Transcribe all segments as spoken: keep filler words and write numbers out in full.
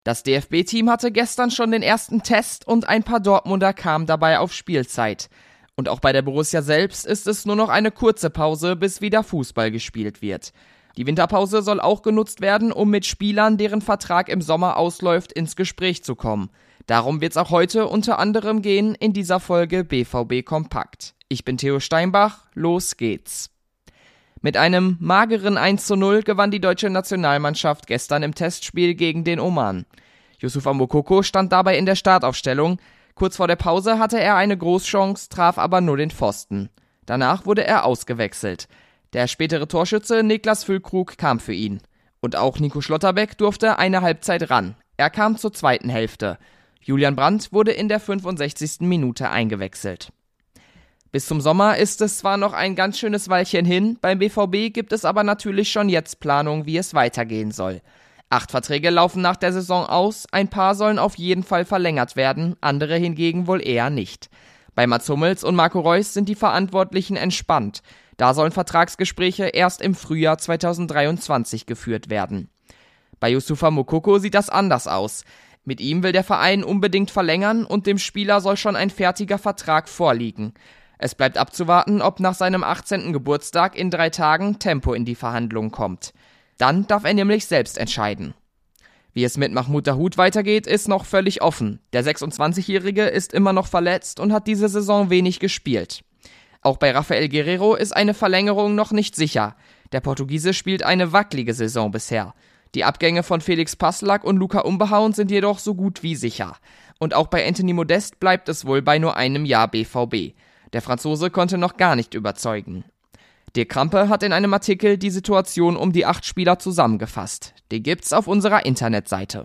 Das D F B-Team hatte gestern schon den ersten Test und ein paar Dortmunder kamen dabei auf Spielzeit. Und auch bei der Borussia selbst ist es nur noch eine kurze Pause, bis wieder Fußball gespielt wird. Die Winterpause soll auch genutzt werden, um mit Spielern, deren Vertrag im Sommer ausläuft, ins Gespräch zu kommen. Darum wird es auch heute unter anderem gehen in dieser Folge B V B Kompakt. Ich bin Theo Steinbach, los geht's. Mit einem mageren eins zu null gewann die deutsche Nationalmannschaft gestern im Testspiel gegen den Oman. Youssoufa Moukoko stand dabei in der Startaufstellung. Kurz vor der Pause hatte er eine Großchance, traf aber nur den Pfosten. Danach wurde er ausgewechselt. Der spätere Torschütze Niklas Füllkrug kam für ihn. Und auch Nico Schlotterbeck durfte eine Halbzeit ran. Er kam zur zweiten Hälfte. Julian Brandt wurde in der fünfundsechzigsten Minute eingewechselt. Bis zum Sommer ist es zwar noch ein ganz schönes Weilchen hin, beim B V B gibt es aber natürlich schon jetzt Planung, wie es weitergehen soll. Acht Verträge laufen nach der Saison aus, ein paar sollen auf jeden Fall verlängert werden, andere hingegen wohl eher nicht. Bei Mats Hummels und Marco Reus sind die Verantwortlichen entspannt. Da sollen Vertragsgespräche erst im Frühjahr zweitausenddreiundzwanzig geführt werden. Bei Youssoufa Moukoko sieht das anders aus. Mit ihm will der Verein unbedingt verlängern und dem Spieler soll schon ein fertiger Vertrag vorliegen. Es bleibt abzuwarten, ob nach seinem achtzehnten Geburtstag in drei Tagen Tempo in die Verhandlungen kommt. Dann darf er nämlich selbst entscheiden. Wie es mit Mahmoud Dahoud weitergeht, ist noch völlig offen. Der sechsundzwanzigjährige ist immer noch verletzt und hat diese Saison wenig gespielt. Auch bei Rafael Guerreiro ist eine Verlängerung noch nicht sicher. Der Portugiese spielt eine wackelige Saison bisher. Die Abgänge von Felix Passlack und Luka Umbehauen sind jedoch so gut wie sicher. Und auch bei Anthony Modest bleibt es wohl bei nur einem Jahr B V B. Der Franzose konnte noch gar nicht überzeugen. Dirk Krampe hat in einem Artikel die Situation um die acht Spieler zusammengefasst. Den gibt's auf unserer Internetseite.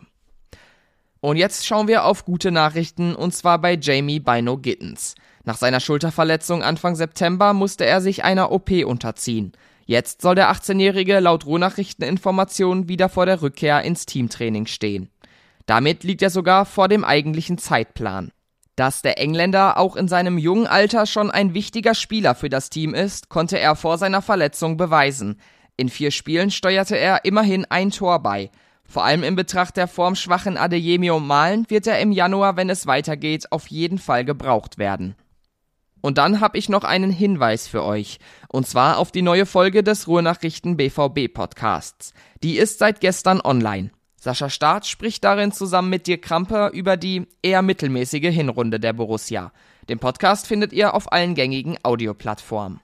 Und jetzt schauen wir auf gute Nachrichten, und zwar bei Jamie Bino Gittens. Nach seiner Schulterverletzung Anfang September musste er sich einer O P unterziehen. Jetzt soll der achtzehnjährige laut Ruhrnachrichteninformationen wieder vor der Rückkehr ins Teamtraining stehen. Damit liegt er sogar vor dem eigentlichen Zeitplan. Dass der Engländer auch in seinem jungen Alter schon ein wichtiger Spieler für das Team ist, konnte er vor seiner Verletzung beweisen. In vier Spielen steuerte er immerhin ein Tor bei. Vor allem in Betracht der formschwachen Adeyemi Malen wird er im Januar, wenn es weitergeht, auf jeden Fall gebraucht werden. Und dann habe ich noch einen Hinweis für euch, und zwar auf die neue Folge des Ruhrnachrichten B V B Podcasts. Die ist seit gestern online. Sascha Staat spricht darin zusammen mit Dirk Krampe über die eher mittelmäßige Hinrunde der Borussia. Den Podcast findet ihr auf allen gängigen Audioplattformen.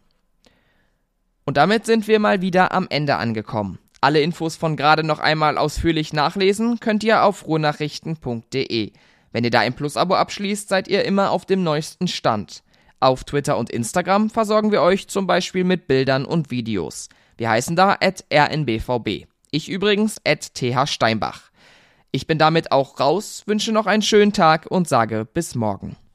Und damit sind wir mal wieder am Ende angekommen. Alle Infos von gerade noch einmal ausführlich nachlesen könnt ihr auf ruhrnachrichten punkt de. Wenn ihr da ein Plus-Abo abschließt, seid ihr immer auf dem neuesten Stand. Auf Twitter und Instagram versorgen wir euch zum Beispiel mit Bildern und Videos. Wir heißen da at r n b v b. Ich übrigens at t h steinbach. Ich bin damit auch raus, wünsche noch einen schönen Tag und sage bis morgen.